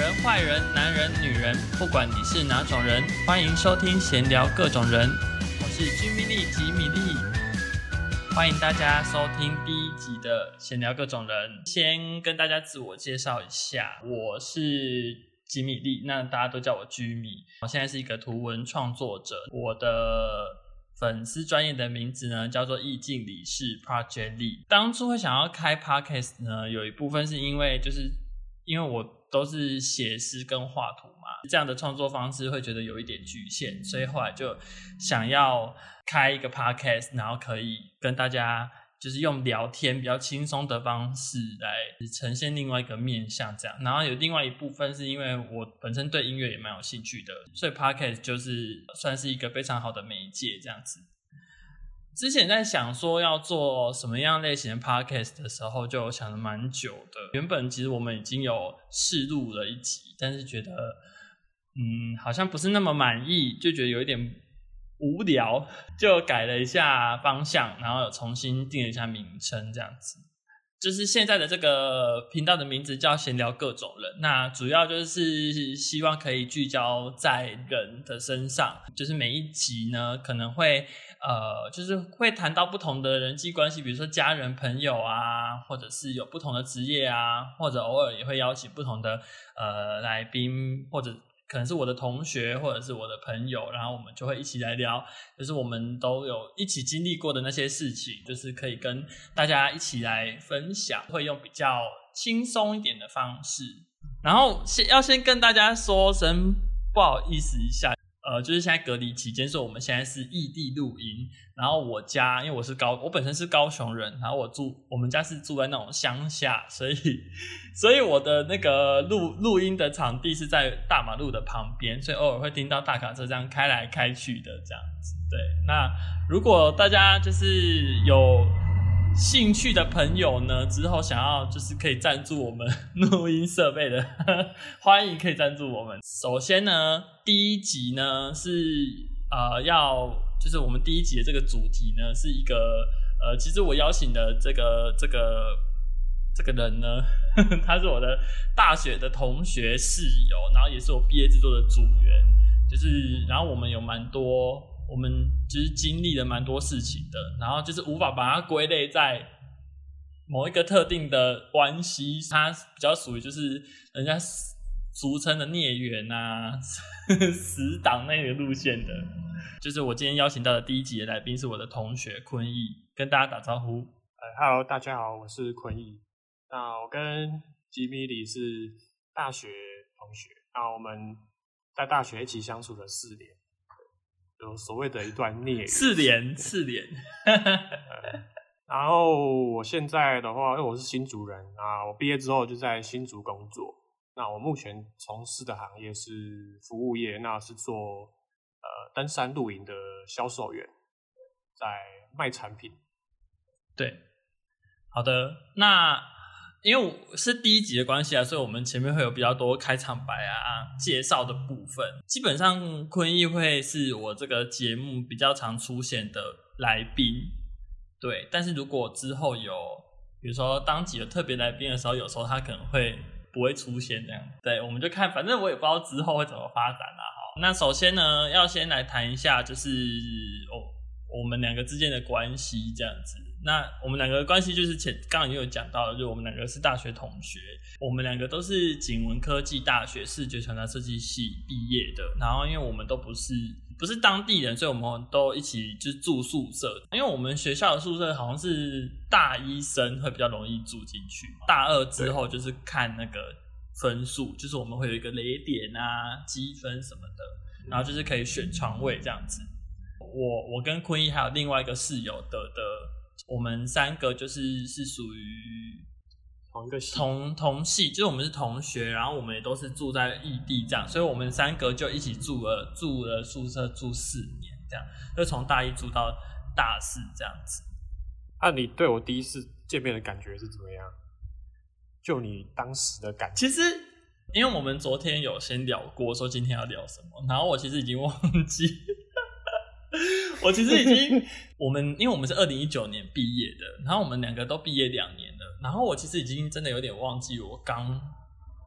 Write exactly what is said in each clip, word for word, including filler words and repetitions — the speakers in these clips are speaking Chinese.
人、坏人、男人、女人，不管你是哪种人，欢迎收听闲聊各种人。我是居米粒吉米粒，欢迎大家收听第一集的闲聊各种人。先跟大家自我介绍一下，我是吉米粒，那大家都叫我居米。我现在是一个图文创作者，我的粉丝专页的名字呢叫做意境理事 Project Lee。当初会想要开 Podcast 呢，有一部分是因为就是因为我都是写诗跟画图嘛，这样的创作方式会觉得有一点局限，所以后来就想要开一个 Podcast， 然后可以跟大家就是用聊天比较轻松的方式来呈现另外一个面向这样。然后有另外一部分是因为我本身对音乐也蛮有兴趣的，所以 Podcast 就是算是一个非常好的媒介这样子。之前在想说要做什么样类型的 podcast 的时候，就有想了蛮久的。原本其实我们已经有试录了一集，但是觉得嗯好像不是那么满意，就觉得有一点无聊，就改了一下方向，然后有重新定了一下名称这样子。就是现在的这个频道的名字叫闲聊各种人，那主要就是希望可以聚焦在人的身上，就是每一集呢可能会呃，就是会谈到不同的人际关系，比如说家人朋友啊，或者是有不同的职业啊，或者偶尔也会邀请不同的呃来宾，或者可能是我的同学或者是我的朋友，然后我们就会一起来聊，就是我们都有一起经历过的那些事情，就是可以跟大家一起来分享，会用比较轻松一点的方式。然后先要先跟大家说声不好意思一下，呃，就是现在隔离期间，所以我们现在是异地录音。然后我家，因为我是高，我本身是高雄人，然后我住我们家是住在那种乡下，所以所以我的那个录录音的场地是在大马路的旁边，所以偶尔会听到大卡车这样开来开去的这样子。对，那如果大家就是有兴趣的朋友呢，之后想要就是可以赞助我们录音设备的欢迎可以赞助我们。首先呢，第一集呢是呃要就是我们第一集的这个主题呢是一个呃其实我邀请的这个这个这个人呢他是我的大学的同学室友，然后也是我毕业制作的组员，就是然后我们有蛮多我们就是经历了蛮多事情的，然后就是无法把它归类在某一个特定的关系，它比较属于就是人家俗称的孽缘啊死党那个路线的。就是我今天邀请到的第一集的来宾是我的同学坤毅，跟大家打招呼。 呃 Hello 大家好，我是坤毅。那我跟吉米里是大学同学，那我们在大学一起相处了四年，有所谓的一段孽缘。 四年，四年。 呃、然后我现在的话，因为我是新竹人啊，我毕业之后就在新竹工作。那我目前从事的行业是服务业，那是做呃登山露营的销售员，在卖产品。 对，好的，那因为我是第一集的关系啊，所以我们前面会有比较多开场白啊、介绍的部分。基本上坤毅会是我这个节目比较常出现的来宾，对。但是如果之后有，比如说当集有特别来宾的时候，有时候他可能会不会出现这样。对，我们就看，反正我也不知道之后会怎么发展啦。好，那首先呢，要先来谈一下，就是我我们两个之间的关系这样子。那我们两个的关系就是前刚刚也有讲到的，就是我们两个是大学同学，我们两个都是景文科技大学视觉传达设计系毕业的。然后因为我们都不是不是当地人，所以我们都一起就是住宿舍。因为我们学校的宿舍好像是大一生会比较容易住进去，大二之后就是看那个分数，就是我们会有一个雷点啊、积分什么的，然后就是可以选床位这样子。我我跟坤毅还有另外一个室友的的。我们三个就是是属于同一个系， 同同系，就是我们是同学，然后我们也都是住在异地这样，所以我们三个就一起住了住了宿舍住四年，这样就从大一住到大四这样子。 啊，你对我第一次见面的感觉是怎么样？就你当时的感觉？ 其实因为我们昨天有先聊过，说今天要聊什么，然后我其实已经忘记。我其实已经，我们因为我们是二零一九年毕业的，然后我们两个都毕业两年了，然后我其实已经真的有点忘记我刚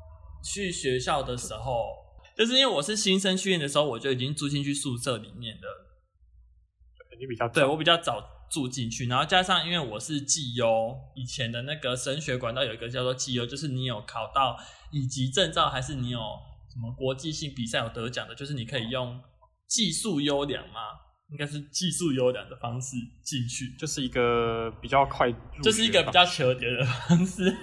去学校的时候，就是因为我是新生训练的时候，我就已经住进去宿舍里面了。 你比较早， 对，我比较早住进去，然后加上因为我是技优，以前的那个升学管道有一个叫做技优，就是你有考到乙级证照，还是你有什么国际性比赛有得奖的，就是你可以用技术优良嘛，应该是技术优良的方式进去， 就是一个比较快入学的， 就是一个比较求点的方式。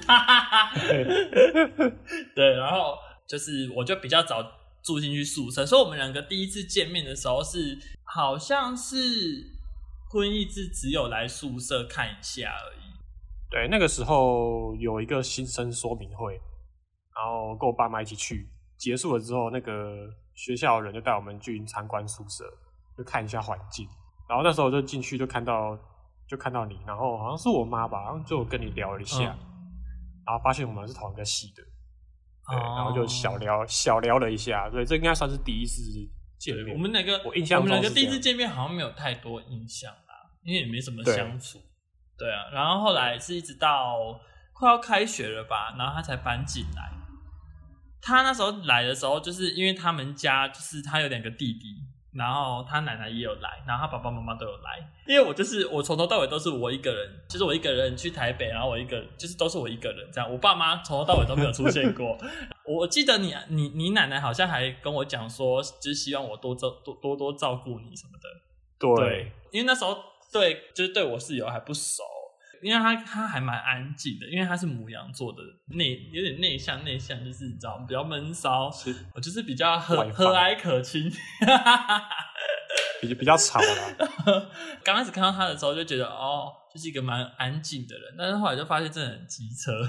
对，然后就是我就比较早住进去宿舍，所以我们两个第一次见面的时候是好像是坤毅志只有来宿舍看一下而已。 对，那个时候有一个新生说明会，然后跟我爸妈一起去，结束了之后，那个学校的人就带我们去参观宿舍，就看一下环境。然后那时候就进去就看到就看到你，然后好像是我妈吧，然后就跟你聊了一下，嗯、然后发现我们是同一个系的。对，哦、然后就小聊小聊了一下，对，这应该算是第一次见面。 我们两个， 我印象中我们两个第一次见面好像没有太多印象啦，因为也没什么相处。对, 对啊，然后后来是一直到快要开学了吧，然后他才搬进来。他那时候来的时候，就是因为他们家就是他有两个弟弟，然后他奶奶也有来，然后他爸爸妈妈都有来。因为我就是我从头到尾都是我一个人，就是我一个人去台北，然后我一个就是都是我一个人这样，我爸妈从头到尾都没有出现过。我记得你你你奶奶好像还跟我讲说，就是希望我多照多多多照顾你什么的。 对， 对，因为那时候对就是对我室友还不熟。因为他他还蛮安静的，因为他是牡羊座的内有点内向内向，就是你知道比较闷骚，我就是比较和和蔼可亲， 比比较吵啦。 刚开始看到他的时候就觉得哦，就是一个蛮安静的人，但是后来就发现真的很机车。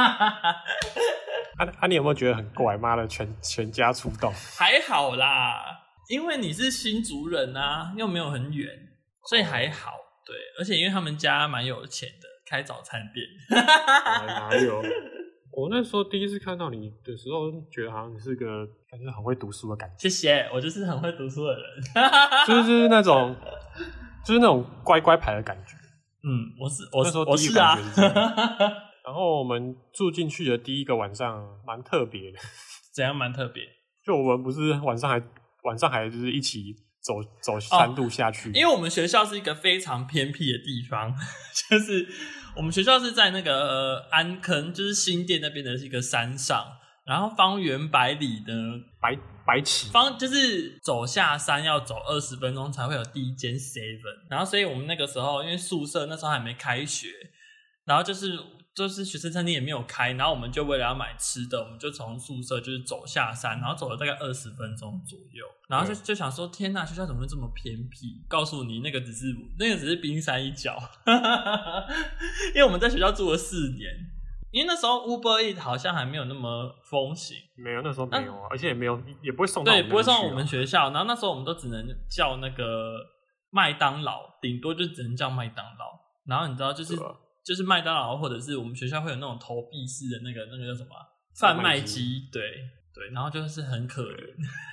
啊啊！你有没有觉得很怪？妈的，全全家出动？ 还好啦，因为你是新竹人啊，又没有很远，所以还好。对，而且因为他们家蛮有钱的，开早餐店。 哪有？我那时候第一次看到你的时候，觉得好像你是个感觉很会读书的感觉。 谢谢，我就是很会读书的人。 就是就是那种，就是那种乖乖牌的感觉。 嗯，我是我那时候第一个感觉是这样。啊、然后我们住进去的第一个晚上蛮特别的。 怎样蛮特别？ 就我们不是晚上还晚上还就是一起。走走山路下去、哦， 因为我们学校是一个非常偏僻的地方，就是我们学校是在那个、呃、安坑，就是新店那边的一个山上，然后方圆百里的百百尺， 方就是走下山要走二十分钟才会有第一间 seven， 然后所以我们那个时候因为宿舍那时候还没开学，然后就是就是学生餐厅也没有开，然后我们就为了要买吃的，我们就从宿舍就是走下山，然后走了大概二十分钟左右，然后就就想说天哪，学校怎么会这么偏僻？告诉你，那个只是那个只是冰山一角，因为我们在学校住了四年，因为那时候 Uber Eats 好像还没有那么风行， 没有那时候没有啊，而且也没有也不会送到我们、 啊、对，不会送到我们学校，然后那时候我们都只能叫那个麦当劳，顶多就只能叫麦当劳，然后你知道就是。就是麦当劳，或者是我们学校会有那种投币式的那个那个叫什么贩卖机，对对，然后就是很可怜。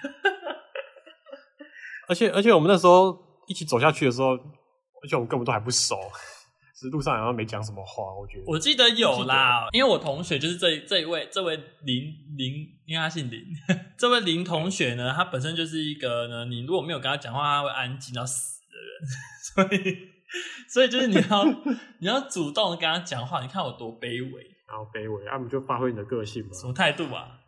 而且而且我们那时候一起走下去的时候，而且我们根本都还不熟，其实路上好像没讲什么话。我觉得我记得有啦，因为我同学就是这这一位这位林林，因为他姓林，这位林同学呢，他本身就是一个呢，你如果没有跟他讲话，他会安静到死的人，所以。所以就是你要你要主动的跟他讲话，你看我多卑微， 然后卑微，他们就发挥你的个性嘛。 什么态度啊？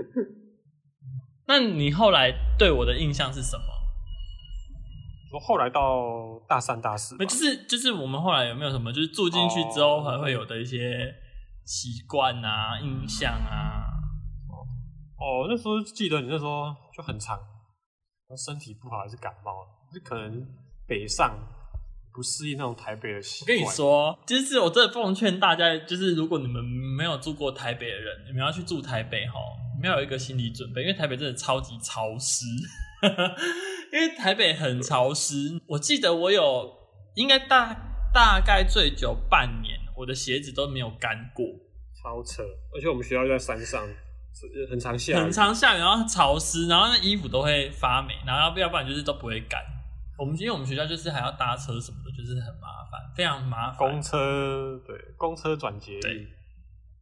那你后来对我的印象是什么？ 我后来到大三大四， 就是就是我们后来有没有什么，就是住进去之后还会有的一些习惯啊、印象啊？ 哦，那时候记得你那时候就很常身体不好还是感冒，就可能北上。不适应那种台北的习惯。 我跟你说，就是我真的奉劝大家，就是如果你们没有住过台北的人，你们要去住台北齁，你们要有一个心理准备，因为台北真的超级潮湿。因为台北很潮湿，我记得我有应该大大概最久半年，我的鞋子都没有干过， 超扯。而且我们学校就在山上，很常下雨， 很常下雨，然后潮湿，然后那衣服都会发霉，然后要不然就是都不会干。我们因为我们学校就是还要搭车什么的，就是很麻烦，非常麻烦。 公车对，公车转捷运。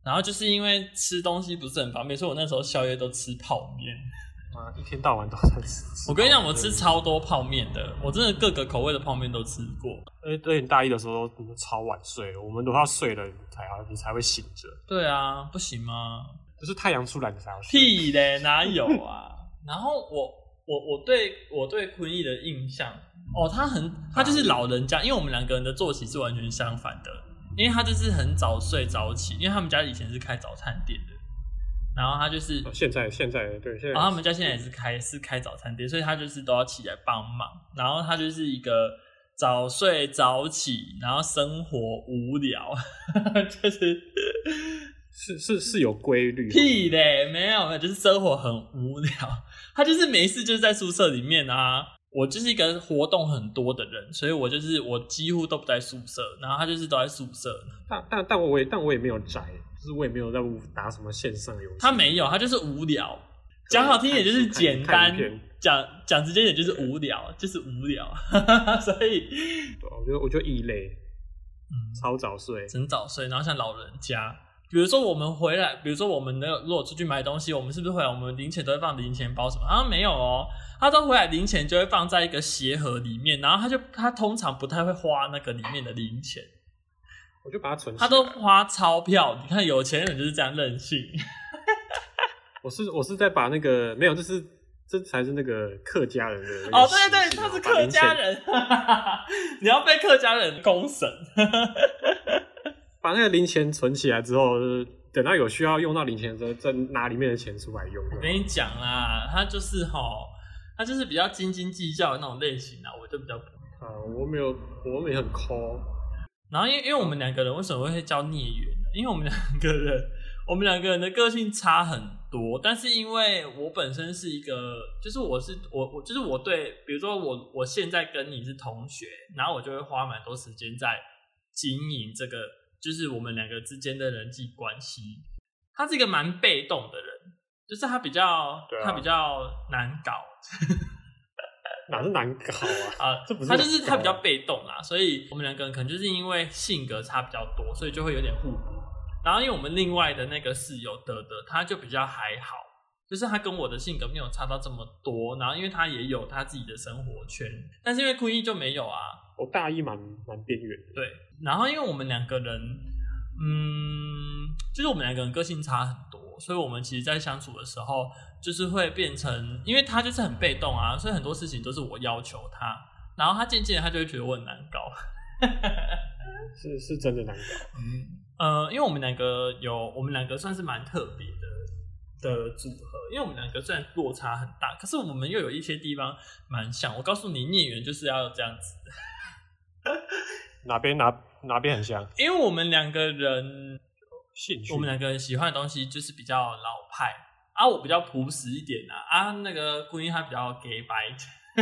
然后就是因为吃东西不是很方便，所以我那时候宵夜都吃泡面。 啊，一天到晚都在吃。 我跟你讲，我吃超多泡面的，我真的各个口味的泡面都吃过。 而且你大一的时候都超晚睡，我们都要睡了才要你才会醒着。 对啊，不行吗？ 就是太阳出来你才要睡。 屁嘞，哪有啊？然后我我我对我对坤毅的印象，哦，他很他就是老人家，因为我们两个人的作息是完全相反的，因为他就是很早睡早起，因为他们家以前是开早餐店的。然后他就是、 哦、现在现在对现在， 然后他们家现在也是开是开早餐店，所以他就是都要起来帮忙。然后他就是一个早睡早起，然后生活无聊，就是是是是有规律。 屁嘞，没有没有，就是生活很无聊。他就是没事就是在宿舍里面啊。我就是一个活动很多的人，所以我就是我几乎都不在宿舍，然后他就是都在宿舍。 但但但我也但我也没有宅。就是我也没有在打什么线上游戏， 他没有，他就是无聊。讲好听一点就是简单，讲讲直接一点就是无聊，就是无聊。所以， 我觉得我就异类，嗯，超早睡， 很早睡，然后像老人家，比如说我们回来，比如说我们那个如果出去买东西，我们是不是回来我们零钱都会放零钱包什么？他没有哦，他都回来零钱就会放在一个鞋盒里面，然后他就他通常不太会花那个里面的零钱。 我就把它存起他来。 都花钞票，你看有钱人就是这样任性。 我是我是在把那个没有，这是这才是那个客家人的哦，对对对，他是客家人，你要被客家人公审。 把那个零钱存起来之后，等到有需要用到零钱的时候，再拿里面的钱出来用。 我跟你讲啦，他就是齁，他就是比较斤斤计较的那种类型啊，我就比较不啊，我没有，我没很抠。 然后因为因为我们两个人为什么会叫孽缘呢？因为我们两个人，我们两个人的个性差很多，但是因为我本身是一个，就是我是我我就是我对，比如说我我现在跟你是同学，然后我就会花蛮多时间在经营这个，就是我们两个之间的人际关系。他是一个蛮被动的人，就是他比较、啊、他比较难搞。 哪是难搞啊？ 啊，这不是他就是他比较被动啦，所以我们两个人可能就是因为性格差比较多，所以就会有点互补。然后因为我们另外的那个室友德德，他就比较还好，就是他跟我的性格没有差到这么多。然后因为他也有他自己的生活圈，但是因为坤一就没有啊。 我大一蛮蛮边缘的。 对，然后因为我们两个人，嗯，就是我们两个人个性差很多，所以我们其实在相处的时候。就是会变成，因为他就是很被动啊，所以很多事情都是我要求他，然后他渐渐的他就会觉得我很难搞。 是是真的难搞。 嗯，呃，因为我们两个有，我们两个算是蛮特别的的组合，因为我们两个虽然落差很大，可是我们又有一些地方蛮像。我告诉你，孽缘就是要这样子。 哪边哪哪边很像？ 因为我们两个人兴趣， 我们两个人喜欢的东西就是比较老派。啊，我比较朴实一点啊，啊，那个顾英他比较 gay 白，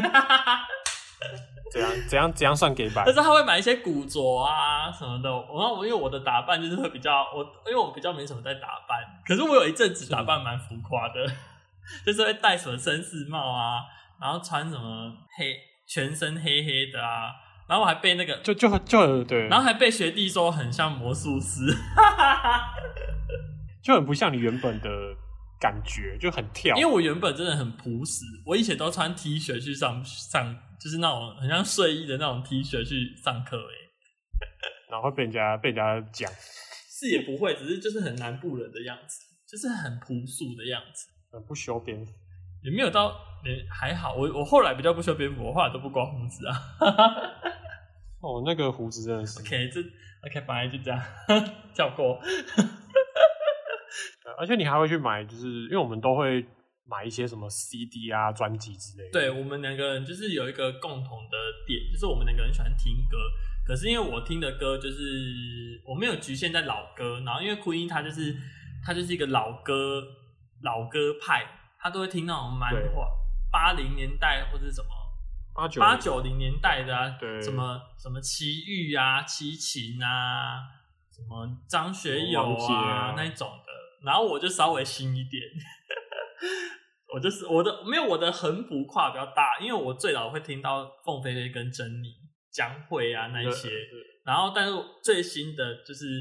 怎样怎样怎样算 gay 白？ 但是他会买一些古着啊什么的。我因为我的打扮就是会比较我，因为我比较没什么在打扮，可是我有一阵子打扮蛮浮夸的，就是会戴什么绅士帽啊，然后穿什么黑全身黑黑的啊，然后我还被那个就就就对， 然后还被学弟说很像魔术师， 就很不像你原本的。感觉就很跳， 因为我原本真的很朴实，我以前都穿 T 恤去上上，就是那种很像睡衣的那种 T 恤去上课诶， 然后会被人家被人家讲， 是也不会，只是就是很南部人的样子，就是很朴素的样子， 很不修边幅， 也没有到，也还好。我我后来比较不修边幅，我后来都不刮胡子啊。 哦，那个胡子真的是 OK， 这 OK， 本来就这样跳过。 而且你还会去买，就是因为我们都会买一些什么 C D 啊、专辑之类的。 对，我们两个人就是有一个共同的点，就是我们两个人喜欢听歌。可是因为我听的歌就是我没有局限在老歌，然后因为坤一他就是他就是一个老歌老歌派，他都会听那种漫画八零年代或者什么八九八九零年代的啊， 对， 什么什么齐豫啊、齐秦啊，什么张学友啊, 啊那种的。然后我就稍微新一点，我就是我的没有我的横幅跨比较大，因为我最早会听到凤飞飞跟珍妮、江蕙啊那一些，然后但是最新的就是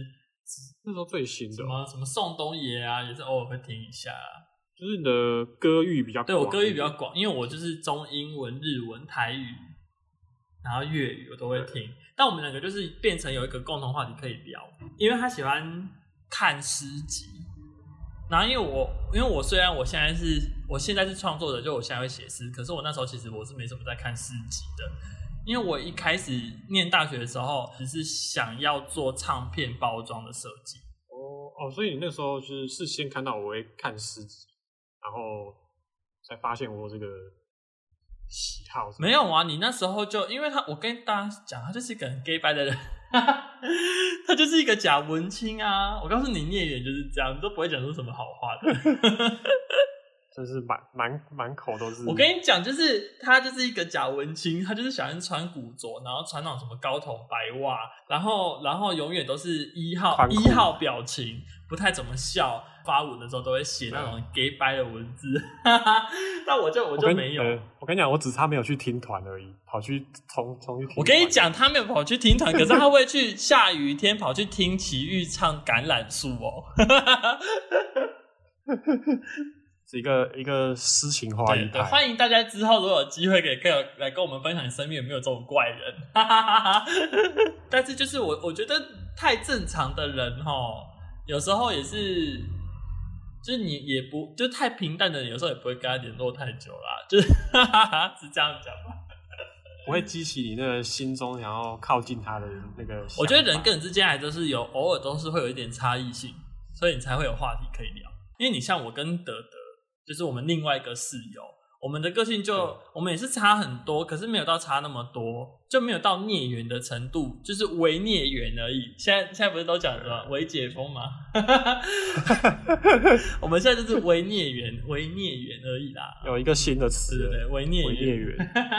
那时候最新的什么什么宋冬野啊，也是偶尔会听一下、啊。 就是你的歌域比较广， 对我歌域比较广，因为我就是中英文、日文、台语，然后粤语我都会听。但我们两个就是变成有一个共同话题可以聊，因为他喜欢看诗集，然后因为我因为我虽然我现在是我现在是创作者，就我现在会写诗，可是我那时候其实我是没什么在看诗集的，因为我一开始念大学的时候只是想要做唱片包装的设计。 哦哦，所以你那时候就是是先看到我会看诗集，然后才发现我这个喜好。 没有啊，你那时候就因为他，我跟大家讲，他就是一个很 gay 掰的人，他就是一个假文青啊！我告诉你，孽缘就是这样，你都不会讲出什么好话的。 真是满满满口都是。 我跟你讲，就是他就是一个假文青，他就是喜欢穿古着，然后穿那种什么高筒白袜，然后然后永远都是一号一号表情，不太怎么笑。发文的时候都会写那种 gay 掰的文字，但我就我就没有。 我跟, 呃、我跟你讲，我只差没有去听团而已，跑去冲冲去听团。 我跟你讲，他没有跑去听团，可是他会去下雨天跑去听齐豫唱《橄榄树》哦。 是一个一个诗情画意派。 欢迎大家之后如果有机会可以来跟我们分享，你身边有没有这种怪人？但是就是我我觉得太正常的人齁，有时候也是。就是你也不就太平淡的人，有时候也不会跟他联络太久啦，就是是这样讲吧， 不会激起你那个心中想要靠近他的那个。 我觉得人跟人之间还都是有偶尔都是会有一点差异性，所以你才会有话题可以聊。因为你像我跟德德，就是我们另外一个室友，我们的个性就我们也是差很多，可是没有到差那么多，就没有到孽缘的程度，就是微孽缘而已。现在现在不是都讲什么微解封吗？我们现在就是微孽缘，微孽缘而已啦。 有一个新的词， 对对对，微孽缘。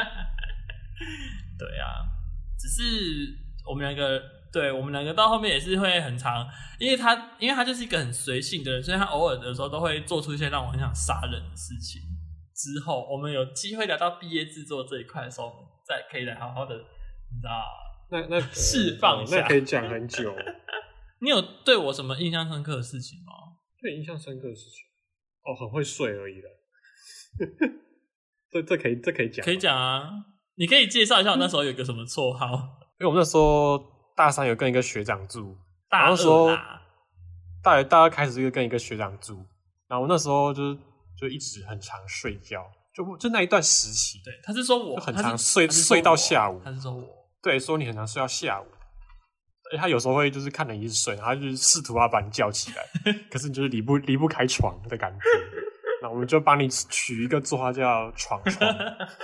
对啊，只是我们两个，对我们两个到后面也是会很常，因为他因为他就是一个很随性的人，所以他偶尔的时候都会做出一些让我很想杀人的事情。之后我们有机会聊到毕业制作这一块的时候，再可以来好好的，你知道， 那那释放一下， 那可以讲很久。 你有对我什么印象深刻的事情吗？ 对印象深刻的事情，哦，很会睡而已啦。这这可以这可以讲， 可以讲啊。你可以介绍一下我那时候有一个什么绰号？ 因为我们那时候大三有跟一个学长住， 大二啦， 大大二开始就跟一个学长住，然后我那时候就就一直很常睡觉，就就那一段时期， 对，他是说我就很常睡睡到下午， 他是说我， 对，说你很常睡到下午，而且他有时候会就是看着你一直睡，然后他就是试图要把你叫起来，可是你就是离不离不开床的感觉，那我们就帮你取一个绰号叫床床。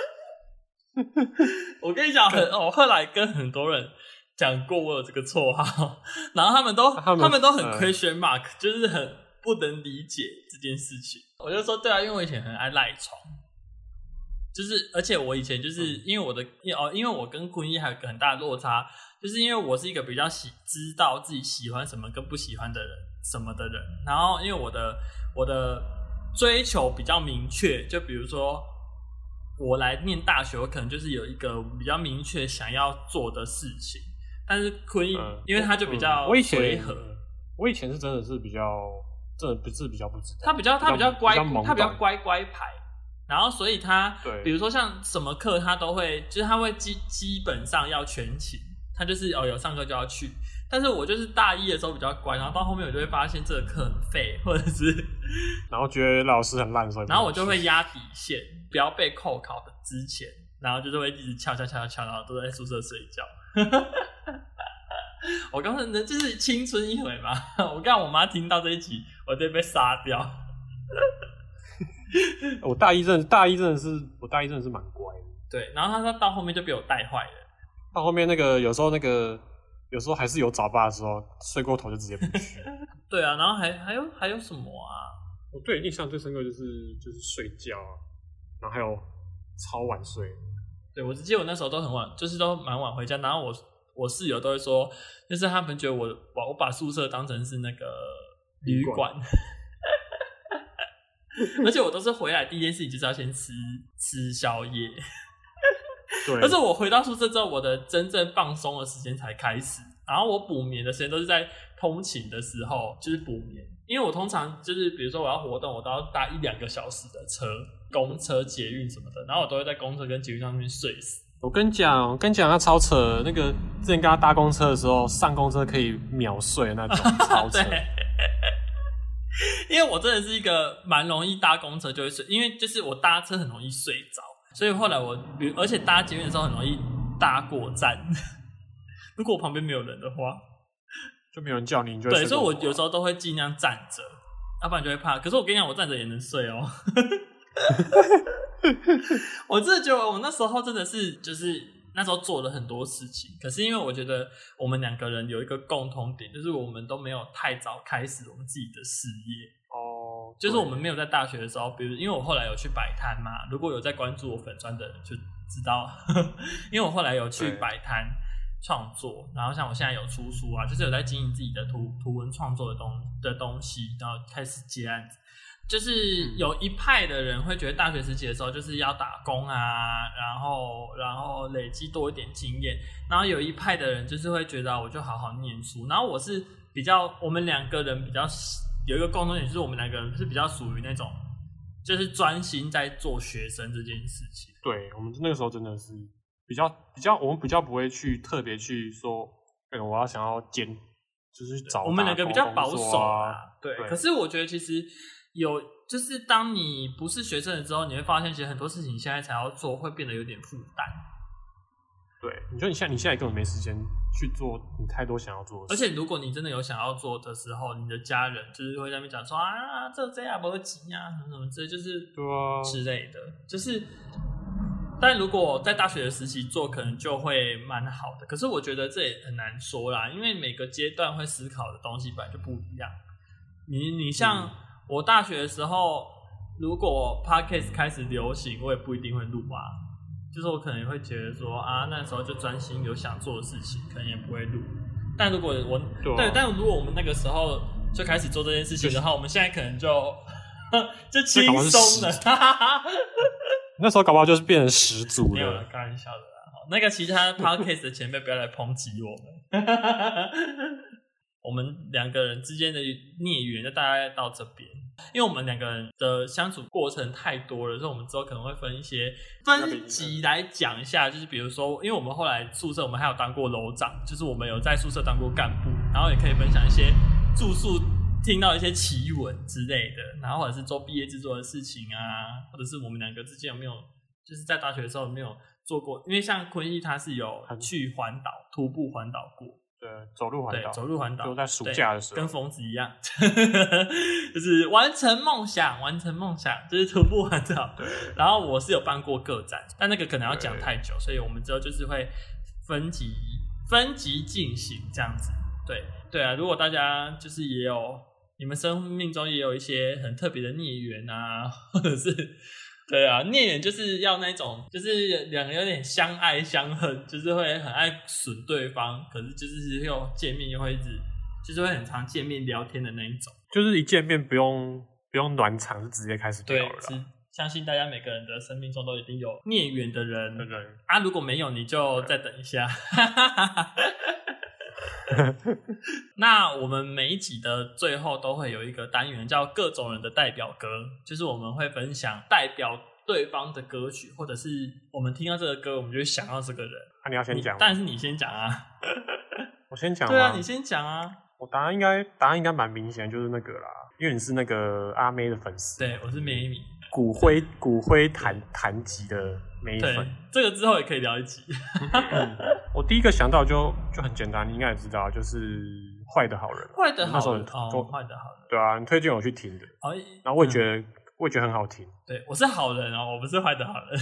我跟你讲，很我后来跟很多人讲过我有这个绰号，然后他们都他们, 他们都很 question mark，、嗯、就是很不能理解这件事情。我就说对啊，因为我以前很爱赖床，就是而且我以前就是因为我的哦，因为我跟坤一还有一个很大的落差，就是因为我是一个比较喜知道自己喜欢什么跟不喜欢的人什么的人，然后因为我的我的追求比较明确，就比如说。我来念大学，我可能就是有一个比较明确想要做的事情，但是坤一、嗯，因为他就比较随和、 嗯。我以前是真的是比较，真的不是比较不知道。 他比较他比较乖， 比较他比较乖乖牌，然后所以他， 对， 比如说像什么课他都会，就是他会基基本上要全勤，他就是哦有上课就要去。但是我就是大一的时候比较乖，然后到后面我就会发现这个课很废，或者是， 然后觉得老师很烂，所以然后我就会压底线，不要被扣考的之前，然后就是会一直翘翘翘翘，然后都在宿舍睡觉。我刚才人就是青春一回嘛，我刚我妈听到这一集，我就被杀掉。 我大一真的大一真的是我大一真的是蛮乖的， 对，然后他到后面就被我带坏了。 到后面那个有时候那个。有时候还是有早八的时候，睡过头就直接不去。 对啊，然后还还有还有什么啊？ 我对印象最深刻就是就是睡觉啊，然后还有超晚睡。 对，我记得我那时候都很晚，就是都蛮晚回家。然后我我室友都会说，就是他们觉得我我把宿舍当成是那个旅馆，而且我都是回来第一件事情就是要先吃吃宵夜。 对， 但是我回到宿舍之后，我的真正放松的时间才开始。 然后我补眠的时间都是在通勤的时候，就是补眠，因为我通常就是比如说我要活动，我都要搭一两个小时的车，公车、捷运什么的，然后我都会在公车跟捷运上面睡死。 我跟你讲，我跟你讲，他超扯。那个之前跟他搭公车的时候，上公车可以秒睡的那种，超扯。 因为我真的是一个蛮容易搭公车就会睡，因为就是我搭车很容易睡着，所以后来我，而且搭捷运的时候很容易搭过站。如果我旁边没有人的话， 就没有人叫你，你就会睡。 对，所以我有时候都会尽量站着，要不然就会怕。可是我跟你讲，我站着也能睡哦。我真的觉得我那时候真的是就是那时候做了很多事情，可是因为我觉得我们两个人有一个共同点，就是我们都没有太早开始我们自己的事业哦， 就是我们没有在大学的时候，比如因为我后来有去摆摊嘛，如果有在关注我粉专的人就知道，因为我后来有去摆摊创作，然后像我现在有出书啊，就是有在经营自己的图图文创作的东的东西，然后开始接案子。就是有一派的人会觉得大学时期的时候就是要打工啊，然后然后累积多一点经验，然后有一派的人就是会觉得我就好好念书，然后我是比较我们两个人比较有一个共同点，就是我们两个人是比较属于那种就是专心在做学生这件事情。 对，我们那个时候真的是比较比较，我们比较不会去特别去说，哎，我要想要兼，就是找我们两个比较保守啊， 对。 对， 可是我觉得其实有，就是当你不是学生了之后，你会发现其实很多事情你现在才要做，会变得有点负担。 对，你觉得你现在你现在根本没时间去做你太多想要做的事， 而且如果你真的有想要做的时候，你的家人就是会在那边讲说啊，这这样不会急啊，什么什么之类，就是对啊之类的，就是。但如果在大学的时期做，可能就会蛮好的。可是我觉得这也很难说啦，因为每个阶段会思考的东西本来就不一样。你你像我大学的时候，如果 Podcast 开始流行，我也不一定会录啊。就是我可能会觉得说啊，那时候就专心有想做的事情，可能也不会录。但如果我对、啊、对，但如果我们那个时候就开始做这件事情的话，我们现在可能就就轻松了。 那时候搞不好就是变成十足了。 没有了，开玩笑的啦。那个其他 podcast 的前辈不要来抨击我们。我们两个人之间的孽缘就大概到这边，因为我们两个人的相处过程太多了，所以我们之后可能会分一些分级来讲一下。就是比如说，因为我们后来宿舍我们还有当过楼长，就是我们有在宿舍当过干部，然后也可以分享一些住宿听到一些奇闻之类的，然后或者是做毕业制作的事情啊，或者是我们两个之间有没有就是在大学的时候有没有做过，因为像坤毅他是有去环岛徒步环岛过， 对，走路环岛， 对，走路环岛， 就在暑假的时候， 跟疯子一样，就是完成梦想，完成梦想，就是徒步环岛。 对， 然后我是有办过个展，但那个可能要讲太久，所以我们之后就是会分级分级进行这样子。对对啊，如果大家就是也有你们生命中也有一些很特别的孽缘啊，或者是对啊，孽缘就是要那种就是两个有点相爱相恨，就是会很爱损对方，可是就是又见面又会一直就是会很常见面聊天的那一种， 就是一见面不用不用暖场，就直接开始聊了啦。 对，相信大家每个人的生命中都一定有孽缘的人， 对对啊，如果没有你就再等一下。那我们每一集的最后都会有一个单元叫各种人的代表歌，就是我们会分享代表对方的歌曲，或者是我们听到这个歌我们就会想到这个人。 啊，你要先讲？ 但是你先讲啊。 我先讲。 对啊，你先讲啊。 我答案应该答案应该蛮明显，就是那个啦，因为你是那个阿妹的粉丝。 对，我是妹妹。 骨灰骨灰弹弹吉的妹粉， 这个之后也可以聊一集。 嗯、我第一个想到就就很简单，你应该也知道，就是坏的好人。 坏的好人，那时候哦， 坏的好人。 对啊，你推荐我去听的， 哦、 然后我也觉得、嗯、我也觉得很好听。 对，我是好人哦，我不是坏的好人。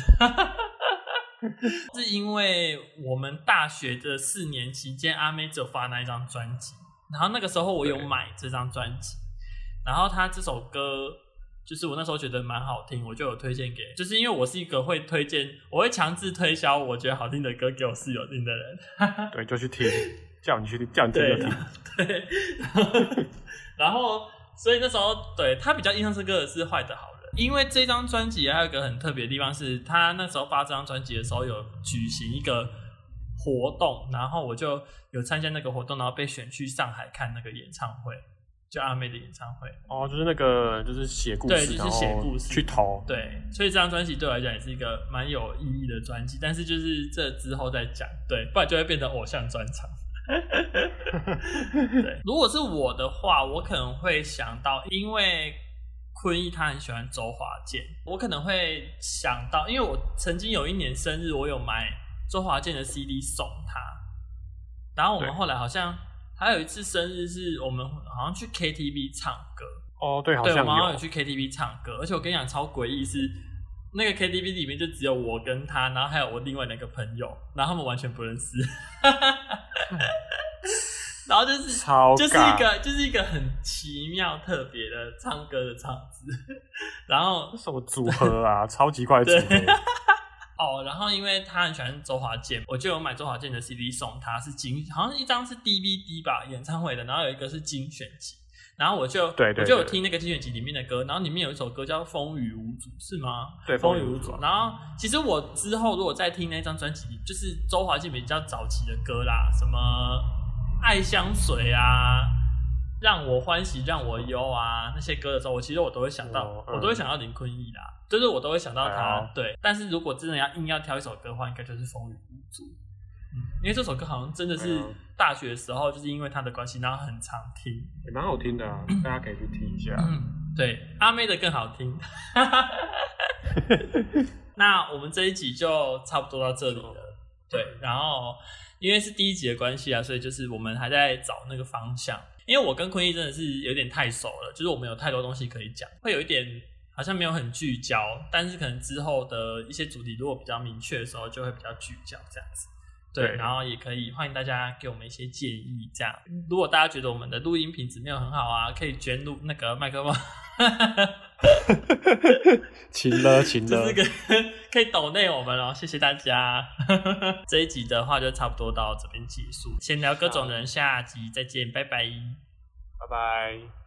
是因为我们大学的四年期间，阿妹只有发那一张专辑，然后那个时候我有买这张专辑，然后他这首歌。就是我那时候觉得蛮好听，我就有推荐给，就是因为我是一个会推荐，我会强制推销我觉得好听的歌给我室友听的人。 对，就去听，叫你去听，叫你听就听。 对，然后所以那时候对他比较印象深刻的是坏的好人，因为这张专辑还有一个很特别的地方是，他那时候发这张专辑的时候有举行一个活动，然后我就有参加那个活动，然后被选去上海看那个演唱会，就阿妹的演唱会。 哦，就是那个就是写故事， 对，就是写故事去投。 对，所以这张专辑对我来讲也是一个蛮有意义的专辑，但是就是这之后再讲，对，不然就会变成偶像专场。对，如果是我的话，我可能会想到，因为坤毅他很喜欢周华健，我可能会想到，因为我曾经有一年生日，我有买周华健的 C D 送他，然后我们后来好像还有一次生日是我们好像去 K T V 唱歌。 哦，对，好像有。 对，我们好像有去 K T V 唱歌，而且我跟你讲超诡异，是那个 K T V 里面就只有我跟他，然后还有我另外两个朋友，然后他们完全不认识。然后就是超就是一个就是一个很奇妙特别的唱歌的场子，然后什么组合啊，超级怪组合。 哦，然后因为他很喜欢周华健，我就有买周华健的 C D 送他，是精好像一张是 D V D 吧，演唱会的，然后有一个是精选集，然后我就对对对， 我就有听那个精选集里面的歌，然后里面有一首歌叫《风雨无阻》，是吗？ 对， 风雨无阻。然后其实我之后如果再听那张专辑，就是周华健比较早期的歌啦，什么爱香水啊，让我欢喜让我忧啊，那些歌的时候，我其实我都会想到，哦嗯、我都会想到林坤毅啦，就是我都会想到他。哎、对，但是如果真的要硬要挑一首歌的话，应该就是《风雨无阻》。嗯，因为这首歌好像真的是大学的时候，就是因为他的关系，然后很常听， 也蛮好听的啊，大家可以去听一下。 嗯，对，阿妹的更好听。那我们这一集就差不多到这里了。对，然后因为是第一集的关系啊，所以就是我们还在找那个方向。因为我跟坤毅真的是有点太熟了，就是我们有太多东西可以讲，会有一点好像没有很聚焦，但是可能之后的一些主题如果比较明确的时候，就会比较聚焦这样子。对，然后也可以欢迎大家给我们一些建议，这样。如果大家觉得我们的录音品质没有很好啊，可以捐录那个麦克风。 请了，请了， 就是可以抖内我们哦，谢谢大家。这一集的话就差不多到这边结束，闲聊各种人，下集再见，拜拜， 拜拜。